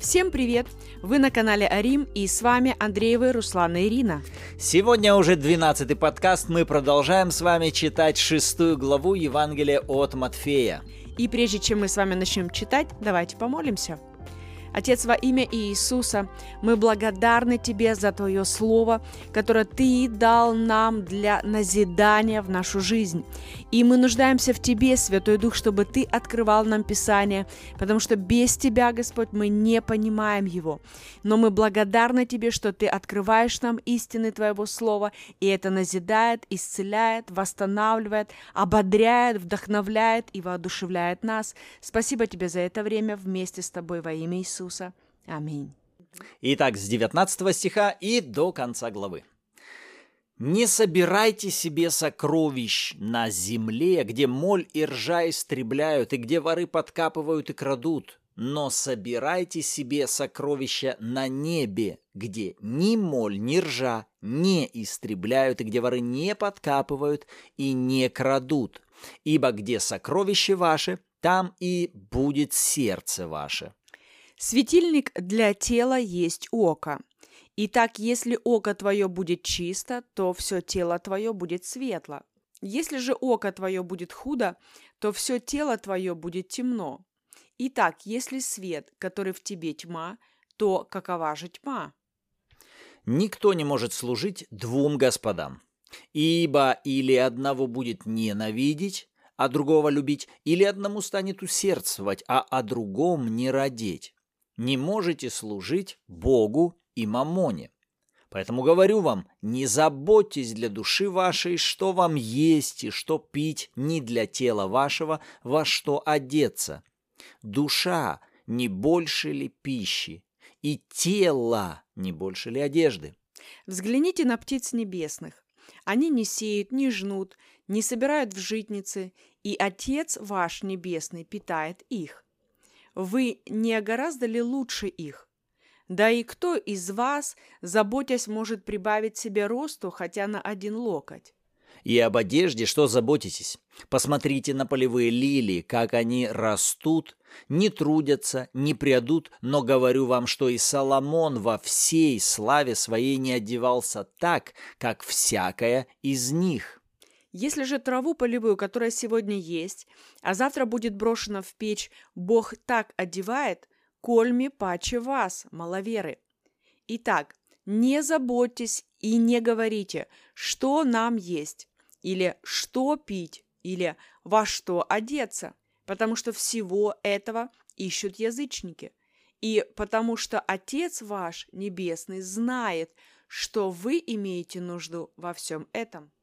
Всем привет! Вы на канале Арим, и с вами Андреевы Руслан и Ирина. Сегодня уже 12-й подкаст, мы продолжаем с вами читать 6 главу Евангелия от Матфея. И прежде чем мы с вами начнем читать, давайте помолимся. Отец, во имя Иисуса, мы благодарны Тебе за Твое Слово, которое Ты дал нам для назидания в нашу жизнь. И мы нуждаемся в Тебе, Святой Дух, чтобы Ты открывал нам Писание, потому что без Тебя, Господь, мы не понимаем его. Но мы благодарны Тебе, что Ты открываешь нам истины Твоего Слова, и это назидает, исцеляет, восстанавливает, ободряет, вдохновляет и воодушевляет нас. Спасибо Тебе за это время вместе с Тобой во имя Иисуса. Аминь. Итак, с 19 стиха и до конца главы. «Не собирайте себе сокровищ на земле, где моль и ржа истребляют, и где воры подкапывают и крадут, но собирайте себе сокровища на небе, где ни моль, ни ржа не истребляют, и где воры не подкапывают и не крадут. Ибо где сокровище ваше, там и будет сердце ваше». Светильник для тела есть око. Итак, если око твое будет чисто, то все тело твое будет светло. Если же око твое будет худо, то все тело твое будет темно. Итак, если свет, который в тебе тьма, то какова же тьма? Никто не может служить двум господам, ибо или одного будет ненавидеть, а другого любить, или одному станет усердствовать, а о другом не радеть. Не можете служить Богу и маммоне. Поэтому говорю вам, не заботьтесь для души вашей, что вам есть и что пить, ни для тела вашего, во что одеться. Душа не больше ли пищи, и тело не больше ли одежды? Взгляните на птиц небесных. Они не сеют, не жнут, не собирают в житницы, и Отец ваш Небесный питает их. Вы не гораздо ли лучше их? Да и кто из вас, заботясь, может прибавить себе росту хотя на 1 локоть? И об одежде что заботитесь? Посмотрите на полевые лилии, как они растут, не трудятся, не прядут, но говорю вам, что и Соломон во всей славе своей не одевался так, как всякая из них. Если же траву полевую, которая сегодня есть, а завтра будет брошена в печь, Бог так одевает, кольми паче вас, маловеры. Итак, не заботьтесь и не говорите, что нам есть, или что пить, или во что одеться, потому что всего этого ищут язычники, и потому что Отец ваш Небесный знает, что вы имеете нужду во всем этом.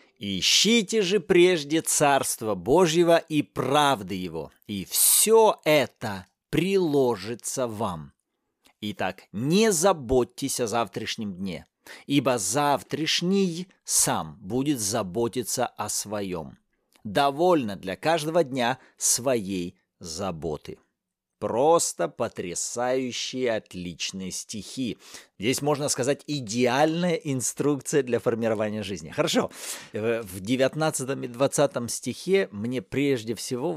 «Ищите же прежде Царства Божьего и правды Его, и все это приложится вам. Итак, не заботьтесь о завтрашнем дне, ибо завтрашний сам будет заботиться о своем. Довольно для каждого дня своей заботы». Просто потрясающие, отличные стихи. Здесь, можно сказать, идеальная инструкция для формирования жизни. Хорошо, в 19 и 20 стихе мне прежде всего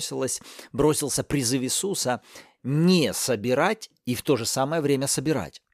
бросился призыв Иисуса не собирать и в то же самое время собирать.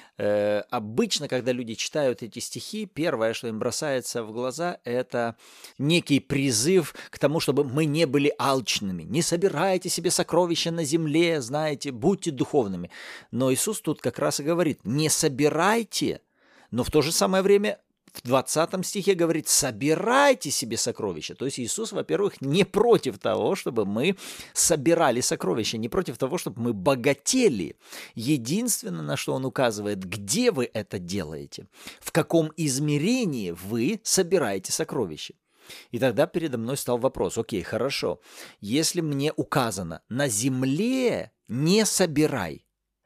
Обычно, когда люди читают эти стихи, первое, что им бросается в глаза, это некий призыв к тому, чтобы мы не были алчными. Не собирайте себе сокровища на земле, знаете, будьте духовными. Но Иисус тут как раз и говорит, не собирайте, но в то же самое время в 20 стихе говорит, собирайте себе сокровища. То есть Иисус, во-первых, не против того, чтобы мы собирали сокровища, не против того, чтобы мы богатели. Единственное, на что он указывает, где вы это делаете, в каком измерении вы собираете сокровища. И тогда передо мной стал вопрос, окей, хорошо, если мне указано, на земле не собирай,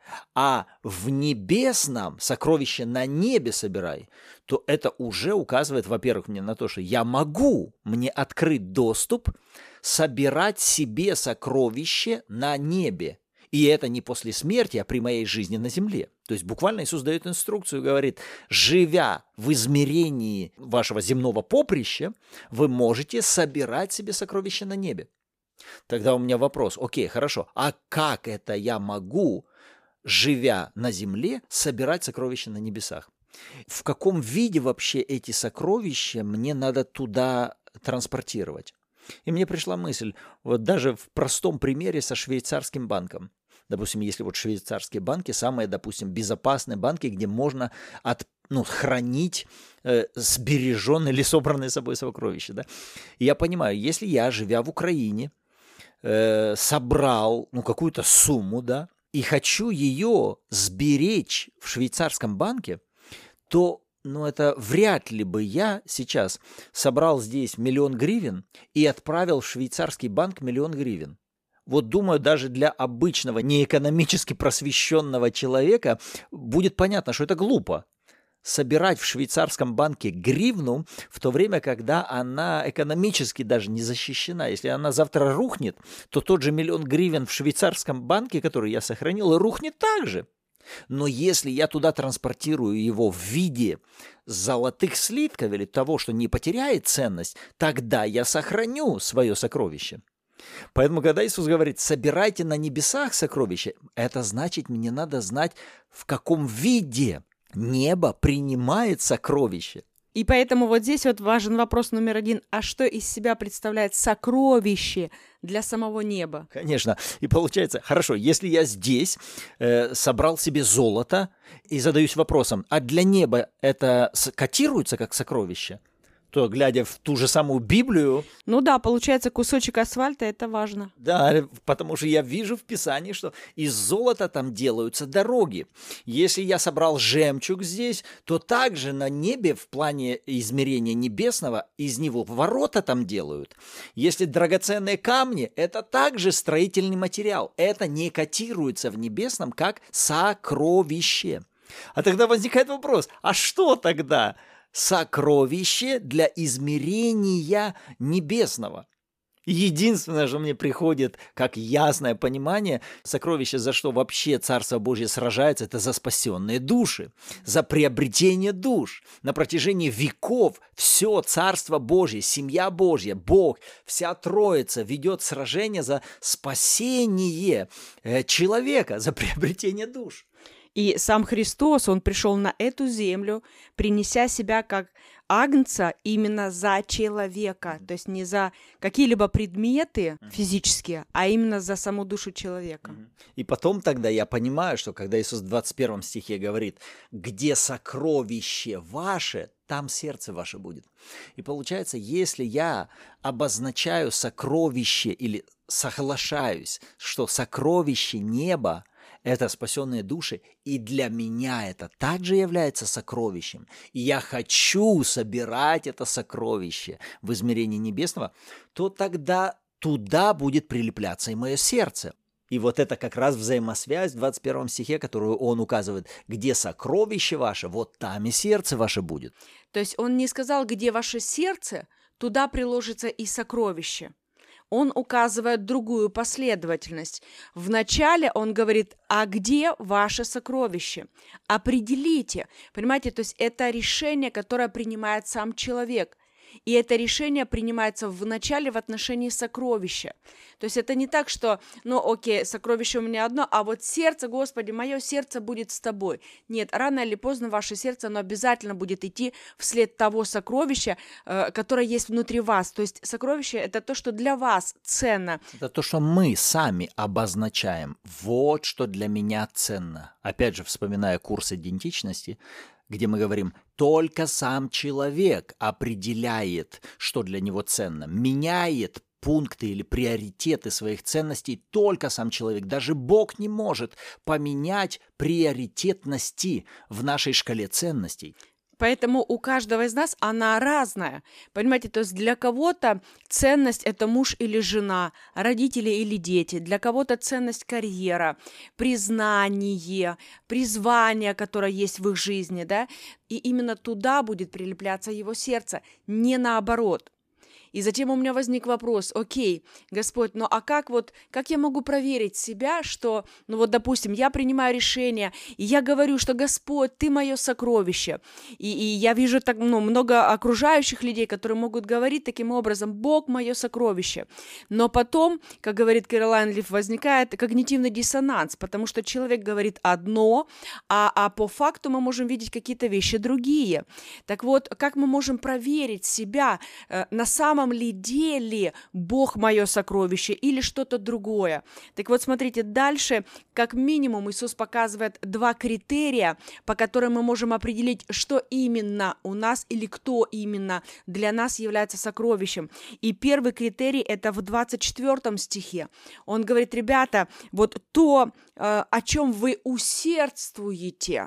а в небесном сокровище на небе собирай, то это уже указывает, во-первых, мне на то, что мне открыт доступ собирать себе сокровище на небе. И это не после смерти, а при моей жизни на земле. То есть буквально Иисус дает инструкцию, говорит, живя в измерении вашего земного поприща, вы можете собирать себе сокровища на небе. Тогда у меня вопрос, окей, хорошо, а как это я могу живя на земле, собирать сокровища на небесах. В каком виде вообще эти сокровища мне надо туда транспортировать? И мне пришла мысль, вот даже в простом примере со швейцарским банком. Допустим, если вот швейцарские банки, самые, допустим, безопасные банки, где можно хранить сбереженные или собранные собой сокровища. Да? И я понимаю, если я, живя в Украине, собрал какую-то сумму, да, и хочу ее сберечь в швейцарском банке, то это вряд ли бы я сейчас собрал здесь 1 000 000 гривен и отправил в швейцарский банк 1 000 000 гривен. Вот думаю, даже для обычного, неэкономически просвещенного человека будет понятно, что это глупо. Собирать в швейцарском банке гривну в то время, когда она экономически даже не защищена. Если она завтра рухнет, то тот же 1 000 000 гривен в швейцарском банке, который я сохранил, рухнет также. Но если я туда транспортирую его в виде золотых слитков или того, что не потеряет ценность, тогда я сохраню свое сокровище. Поэтому, когда Иисус говорит, собирайте на небесах сокровища, это значит, мне надо знать, в каком виде небо принимает сокровище. И поэтому вот здесь вот важен вопрос номер 1. А что из себя представляет сокровище для самого неба? Конечно. И получается, хорошо, если я здесь собрал себе золото и задаюсь вопросом, а для неба это котируется как сокровище? То, глядя в ту же самую Библию... Получается, кусочек асфальта – это важно. Да, потому что я вижу в Писании, что из золота там делаются дороги. Если я собрал жемчуг здесь, то также на небе в плане измерения небесного из него ворота там делают. Если драгоценные камни, это также строительный материал. Это не котируется в небесном как сокровище. А тогда возникает вопрос, а что тогда? Сокровище для измерения небесного. Единственное, что мне приходит как ясное понимание, сокровище, за что вообще Царство Божье сражается, это за спасенные души, за приобретение душ. На протяжении веков все Царство Божье, семья Божья, Бог, вся Троица ведет сражение за спасение человека, за приобретение душ. И сам Христос, Он пришел на эту землю, принеся себя как агнца именно за человека, то есть не за какие-либо предметы физические, а именно за саму душу человека. И потом тогда я понимаю, что когда Иисус в 21 стихе говорит, где сокровище ваше, там сердце ваше будет. И получается, если я обозначаю сокровище или соглашаюсь, что сокровище неба, это спасенные души, и для меня это также является сокровищем. И я хочу собирать это сокровище в измерении небесного, то тогда туда будет прилепляться и мое сердце. И вот это как раз взаимосвязь в 21 стихе, которую он указывает, где сокровище ваше, вот там и сердце ваше будет. То есть он не сказал, где ваше сердце, туда приложится и сокровище. Он указывает другую последовательность. Вначале он говорит, а где ваше сокровище? Определите. Понимаете, то есть это решение, которое принимает сам человек. И это решение принимается вначале в отношении сокровища. То есть это не так, что, окей, сокровище у меня одно, а вот сердце, Господи, мое сердце будет с тобой. Нет, рано или поздно ваше сердце, оно обязательно будет идти вслед того сокровища, которое есть внутри вас. То есть сокровище – это то, что для вас ценно. Это то, что мы сами обозначаем. Вот что для меня ценно. Опять же, вспоминая курс идентичности, где мы говорим, только сам человек определяет, что для него ценно, меняет пункты или приоритеты своих ценностей только сам человек. Даже Бог не может поменять приоритетности в нашей шкале ценностей. Поэтому у каждого из нас она разная. Понимаете, то есть для кого-то ценность – это муж или жена, родители или дети. Для кого-то ценность – карьера, признание, призвание, которое есть в их жизни, да? И именно туда будет прилепляться его сердце, не наоборот. И затем у меня возник вопрос, окей, Господь, ну а как я могу проверить себя, что, ну вот, допустим, я принимаю решение, и я говорю, что Господь, Ты мое сокровище, и я вижу так много окружающих людей, которые могут говорить таким образом, Бог мое сокровище, но потом, как говорит Кэролайн Лив, возникает когнитивный диссонанс, потому что человек говорит одно, а по факту мы можем видеть какие-то вещи другие. Так вот, как мы можем проверить себя, на самом ли деле Бог мое сокровище или что-то другое? Так вот, смотрите, дальше, как минимум, Иисус показывает 2 критерия, по которым мы можем определить, что именно у нас или кто именно для нас является сокровищем. И первый критерий – это в 24 стихе. Он говорит, ребята, вот то, о чем вы усердствуете,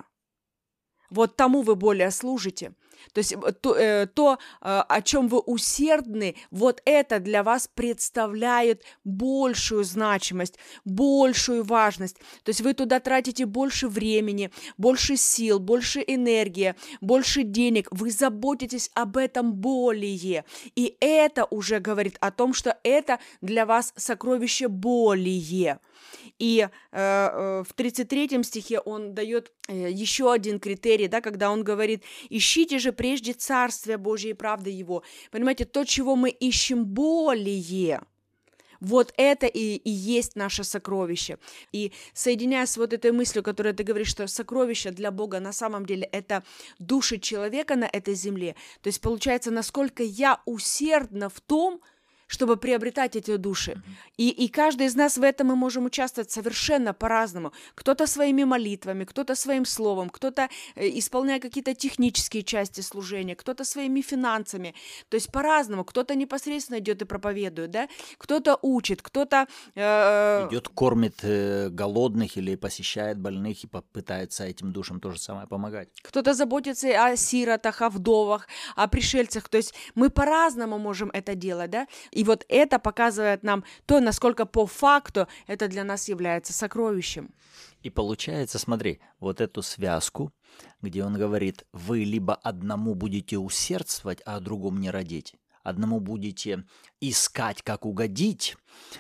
вот тому вы более служите. То есть то, о чем вы усердны, вот это для вас представляет большую значимость, большую важность. То есть вы туда тратите больше времени, больше сил, больше энергии, больше денег. Вы заботитесь об этом более. И это уже говорит о том, что это для вас сокровище более. И в 33 стихе он дает еще один критерий, да, когда он говорит, ищите же прежде Царствие Божие и правды Его. Понимаете, то, чего мы ищем более, вот это и есть наше сокровище. И соединяясь с вот этой мыслью, которую ты говоришь, что сокровище для Бога на самом деле это души человека на этой земле, то есть получается, насколько я усердна в том, чтобы приобретать эти души. И каждый из нас в этом мы можем участвовать совершенно по-разному. Кто-то своими молитвами, кто-то своим словом, кто-то исполняя какие-то технические части служения, кто-то своими финансами. То есть по-разному. Кто-то непосредственно идет и проповедует, да? Кто-то учит, кто-то... Идет, кормит голодных или посещает больных и пытается этим душам то же самое помогать. Кто-то заботится о сиротах, о вдовах, о пришельцах. То есть мы по-разному можем это делать, да? И вот это показывает нам то, насколько по факту это для нас является сокровищем. И получается, смотри, вот эту связку, где он говорит, вы либо одному будете усердствовать, а о другом не родить, одному будете искать, как угодить,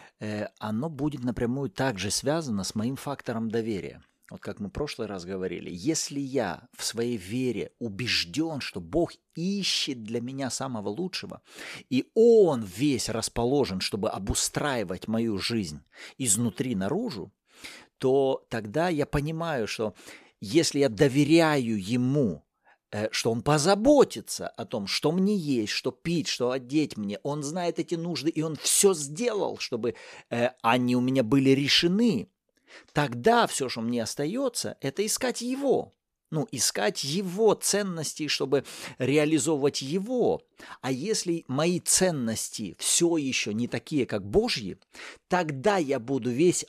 оно будет напрямую также связано с моим фактором доверия. Вот как мы в прошлый раз говорили, если я в своей вере убежден, что Бог ищет для меня самого лучшего, и Он весь расположен, чтобы обустраивать мою жизнь изнутри наружу, то тогда я понимаю, что если я доверяю Ему, что Он позаботится о том, что мне есть, что пить, что одеть мне, Он знает эти нужды, и Он все сделал, чтобы они у меня были решены, тогда все, что мне остается, это искать Его. Искать Его ценности, чтобы реализовывать Его. А если мои ценности все еще не такие, как Божьи, тогда я буду весь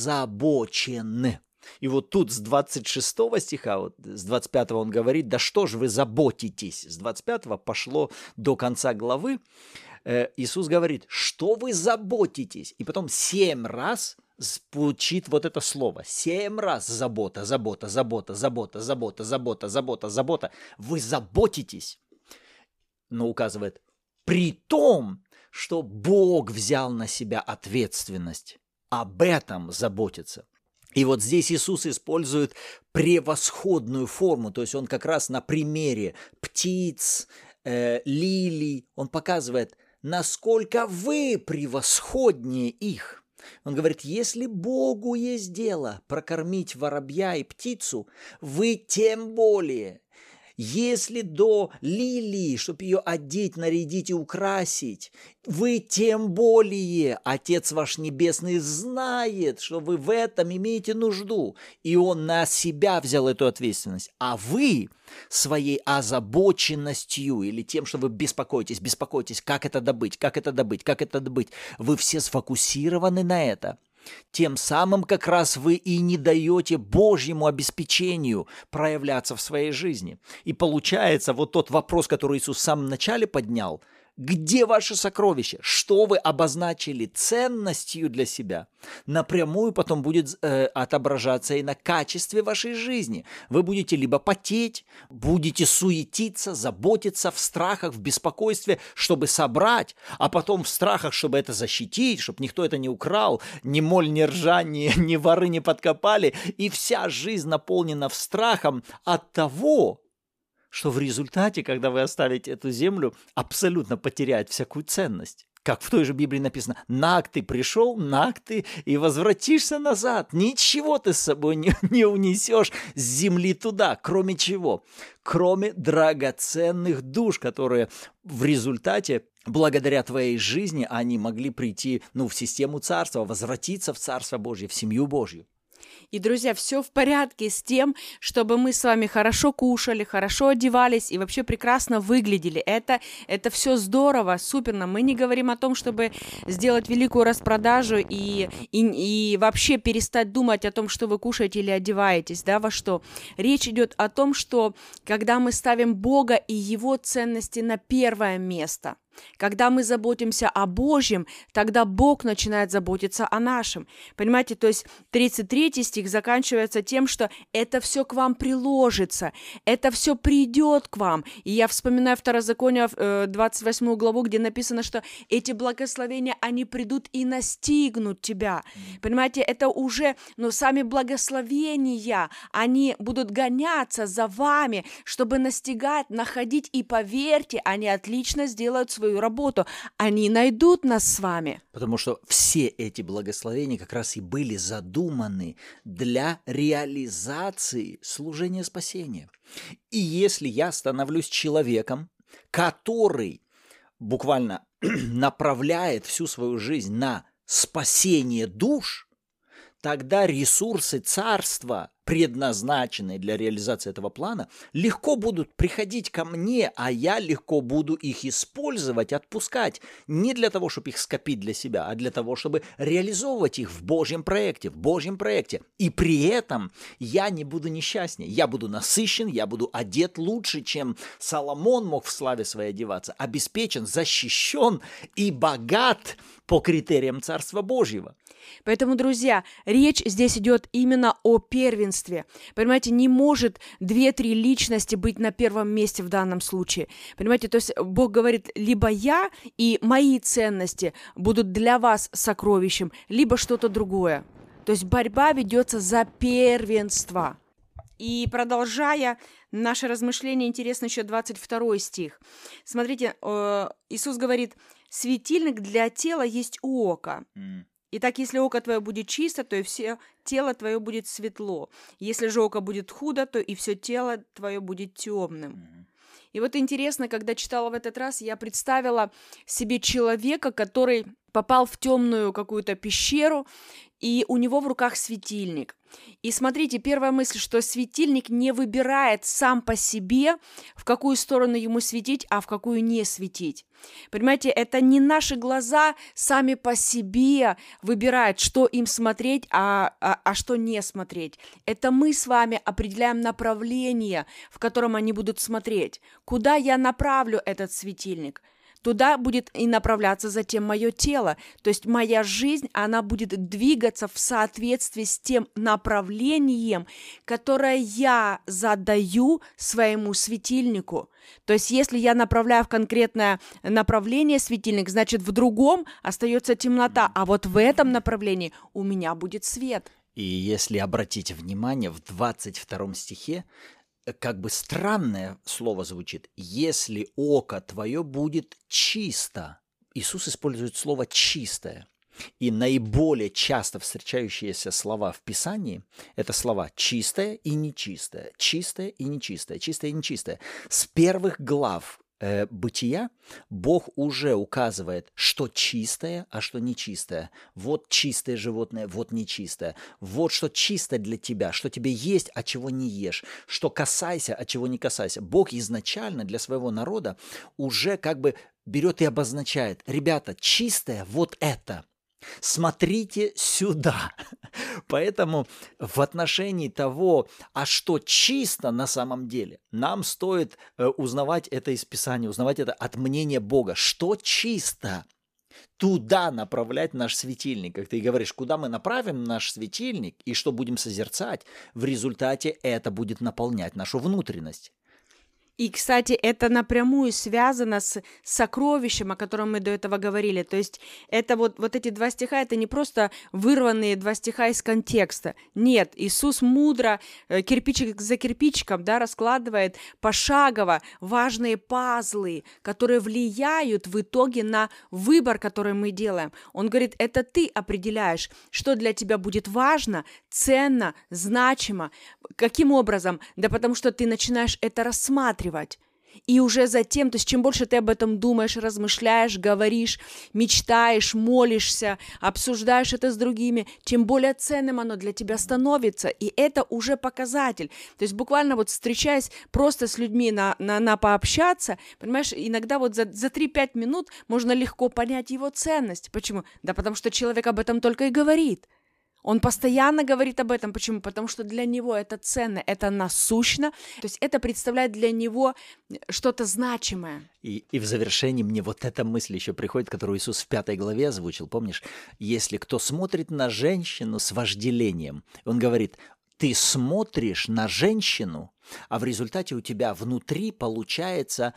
озабочен. И вот тут с 26 стиха, вот с 25 он говорит, да что ж вы заботитесь? С 25 пошло до конца главы. Иисус говорит, что вы заботитесь? И потом 7 раз звучит вот это слово. 7 раз забота, забота, забота, забота, забота, забота, забота, забота. Вы заботитесь, но указывает, при том, что Бог взял на себя ответственность об этом заботиться. И вот здесь Иисус использует превосходную форму, то есть он как раз на примере птиц, лилий, он показывает, насколько вы превосходнее их. Он говорит, если Богу есть дело прокормить воробья и птицу, вы тем более. Если до лилии, чтобы ее одеть, нарядить и украсить, вы тем более, Отец ваш Небесный знает, что вы в этом имеете нужду, и Он на себя взял эту ответственность, а вы своей озабоченностью или тем, что вы беспокоитесь, как это добыть, вы все сфокусированы на это. Тем самым как раз вы и не даете Божьему обеспечению проявляться в своей жизни. И получается, вот тот вопрос, который Иисус в самом начале поднял, Где ваше сокровище? Что вы обозначили ценностью для себя? Напрямую потом будет отображаться и на качестве вашей жизни. Вы будете либо потеть, будете суетиться, заботиться в страхах, в беспокойстве, чтобы собрать, а потом в страхах, чтобы это защитить, чтобы никто это не украл, ни моль, ни ржа, ни воры не подкопали, и вся жизнь наполнена страхом от того, что в результате, когда вы оставите эту землю, абсолютно потеряет всякую ценность. Как в той же Библии написано, наг ты пришел, наг ты и возвратишься назад. Ничего ты с собой не унесешь с земли туда. Кроме чего? Кроме драгоценных душ, которые в результате, благодаря твоей жизни, они могли прийти в систему царства, возвратиться в Царство Божье, в семью Божью. И, друзья, все в порядке с тем, чтобы мы с вами хорошо кушали, хорошо одевались и вообще прекрасно выглядели. Это все здорово, суперно. Мы не говорим о том, чтобы сделать великую распродажу и вообще перестать думать о том, что вы кушаете или одеваетесь, да, во что. Речь идет о том, что когда мы ставим Бога и Его ценности на первое место, когда мы заботимся о Божьем, тогда Бог начинает заботиться о нашем. Понимаете, то есть 33 стих заканчивается тем, что это все к вам приложится, это все придет к вам. И я вспоминаю Второзаконие, 28 главу, где написано, что эти благословения, они придут и настигнут тебя. Понимаете, это уже, сами благословения, они будут гоняться за вами, чтобы настигать, находить, и поверьте, они отлично сделают свою работу, они найдут нас с вами. Потому что все эти благословения как раз и были задуманы для реализации служения спасения. И если я становлюсь человеком, который буквально направляет всю свою жизнь на спасение душ, тогда ресурсы царства, предназначенные для реализации этого плана, легко будут приходить ко мне, а я легко буду их использовать, отпускать. Не для того, чтобы их скопить для себя, а для того, чтобы реализовывать их в Божьем проекте, И при этом я не буду несчастнее, я буду насыщен, я буду одет лучше, чем Соломон мог в славе своей одеваться, обеспечен, защищен и богат по критериям Царства Божьего. Поэтому, друзья, речь здесь идет именно о первенстве. Понимаете, не может 2-3 личности быть на первом месте в данном случае. Понимаете, то есть Бог говорит, либо я и мои ценности будут для вас сокровищем, либо что-то другое. То есть борьба ведется за первенство. И продолжая наше размышление, интересно еще 22 стих. Смотрите, Иисус говорит, светильник для тела есть у ока. Итак, если око твое будет чисто, то и все тело твое будет светло. Если же око будет худо, то и все тело твое будет темным. И вот интересно, когда читала в этот раз, я представила себе человека, который попал в темную какую-то пещеру, и у него в руках светильник. И смотрите, первая мысль, что светильник не выбирает сам по себе, в какую сторону ему светить, а в какую не светить. Понимаете, это не наши глаза сами по себе выбирают, что им смотреть, а что не смотреть. Это мы с вами определяем направление, в котором они будут смотреть. Куда я направлю этот светильник? Туда будет и направляться затем мое тело. То есть моя жизнь, она будет двигаться в соответствии с тем направлением, которое я задаю своему светильнику. То есть если я направляю в конкретное направление светильник, значит в другом остается темнота, а вот в этом направлении у меня будет свет. И если обратить внимание, в 22 стихе как бы странное слово звучит. Если око твое будет чисто. Иисус использует слово «чистое». И наиболее часто встречающиеся слова в Писании – это слова «чистое» и «нечистое», «чистое» и «нечистое», «чистое» и «нечистое». С первых глав Бытия Бог уже указывает, что чистое, а что нечистое. Вот чистое животное, вот нечистое. Вот что чисто для тебя, что тебе есть, а чего не ешь. Что касайся, а чего не касайся. Бог изначально для своего народа уже как бы берет и обозначает. Ребята, чистое вот это. Смотрите сюда. Поэтому в отношении того, а что чисто на самом деле, нам стоит узнавать это из Писания, узнавать это от мнения Бога. Что чисто? Туда направлять наш светильник. Как ты говоришь, куда мы направим наш светильник и что будем созерцать, в результате это будет наполнять нашу внутренность. И, кстати, это напрямую связано с сокровищем, о котором мы до этого говорили. То есть это вот эти 2 стиха, это не просто вырванные 2 стиха из контекста. Нет, Иисус мудро, кирпичик за кирпичиком, да, раскладывает пошагово важные пазлы, которые влияют в итоге на выбор, который мы делаем. Он говорит, это ты определяешь, что для тебя будет важно, ценно, значимо. Каким образом? Да потому что ты начинаешь это рассматривать. И уже затем, то есть чем больше ты об этом думаешь, размышляешь, говоришь, мечтаешь, молишься, обсуждаешь это с другими, тем более ценным оно для тебя становится. И это уже показатель. То есть буквально вот встречаясь просто с людьми на пообщаться, понимаешь, иногда вот за 3-5 минут можно легко понять его ценность. Почему? Да потому что человек об этом только и говорит. Он постоянно говорит об этом. Почему? Потому что для него это ценно, это насущно. То есть это представляет для него что-то значимое. И в завершении мне вот эта мысль еще приходит, которую Иисус в 5 главе озвучил. Помнишь? Если кто смотрит на женщину с вожделением, он говорит, ты смотришь на женщину, а в результате у тебя внутри получается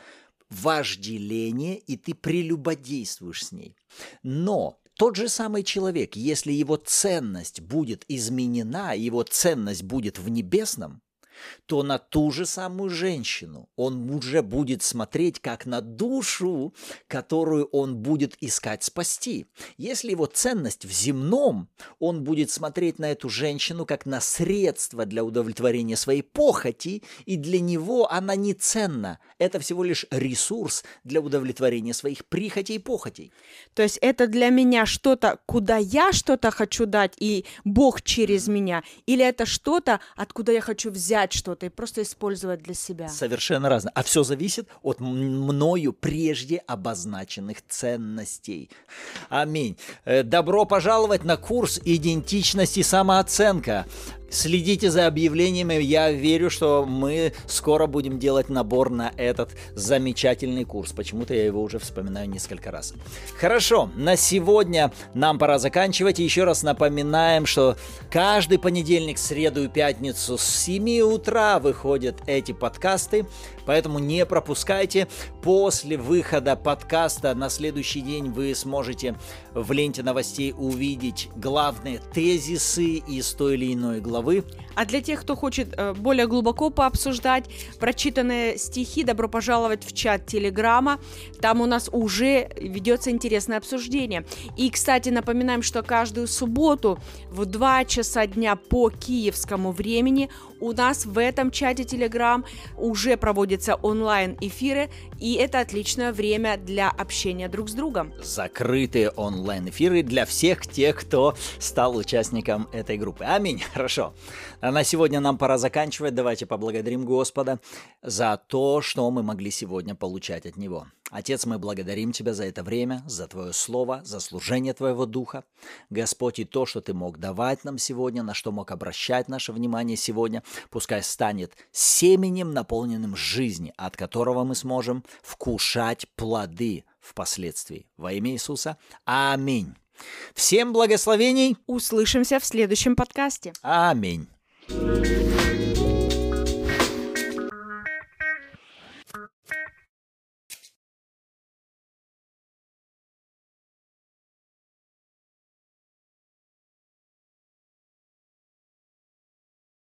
вожделение, и ты прелюбодействуешь с ней. Но тот же самый человек, если его ценность будет изменена, его ценность будет в небесном, то на ту же самую женщину он уже будет смотреть как на душу, которую он будет искать спасти. Если его ценность в земном, он будет смотреть на эту женщину как на средство для удовлетворения своей похоти, и для него она не ценна. Это всего лишь ресурс для удовлетворения своих прихотей и похотей. То есть это для меня что-то, куда я что-то хочу дать, и Бог через меня, или это что-то, откуда я хочу взять что-то и просто использовать для себя. Совершенно разное. А все зависит от мною прежде обозначенных ценностей. Аминь. Добро пожаловать на курс «Идентичность и самооценка». Следите за объявлениями, я верю, что мы скоро будем делать набор на этот замечательный курс. Почему-то я его уже вспоминаю несколько раз. Хорошо, на сегодня нам пора заканчивать. Еще раз напоминаем, что каждый понедельник, среду и пятницу с 7 утра выходят эти подкасты, поэтому не пропускайте. После выхода подкаста на следующий день вы сможете в ленте новостей увидеть главные тезисы из той или иной главы. А для тех, кто хочет более глубоко пообсуждать прочитанные стихи, добро пожаловать в чат Телеграма. Там у нас уже ведется интересное обсуждение. И, кстати, напоминаем, что каждую субботу в 2 часа дня по киевскому времени у нас в этом чате Телеграм уже проводятся онлайн-эфиры, и это отличное время для общения друг с другом. Закрытые онлайн-эфиры для всех тех, кто стал участником этой группы. Аминь. Хорошо. А на сегодня нам пора заканчивать. Давайте поблагодарим Господа за то, что мы могли сегодня получать от Него. Отец, мы благодарим Тебя за это время, за Твое Слово, за служение Твоего Духа. Господь, и то, что Ты мог давать нам сегодня, на что мог обращать наше внимание сегодня, пускай станет семенем, наполненным жизнью, от которого мы сможем вкушать плоды впоследствии. Во имя Иисуса. Аминь. Всем благословений. Услышимся в следующем подкасте. Аминь.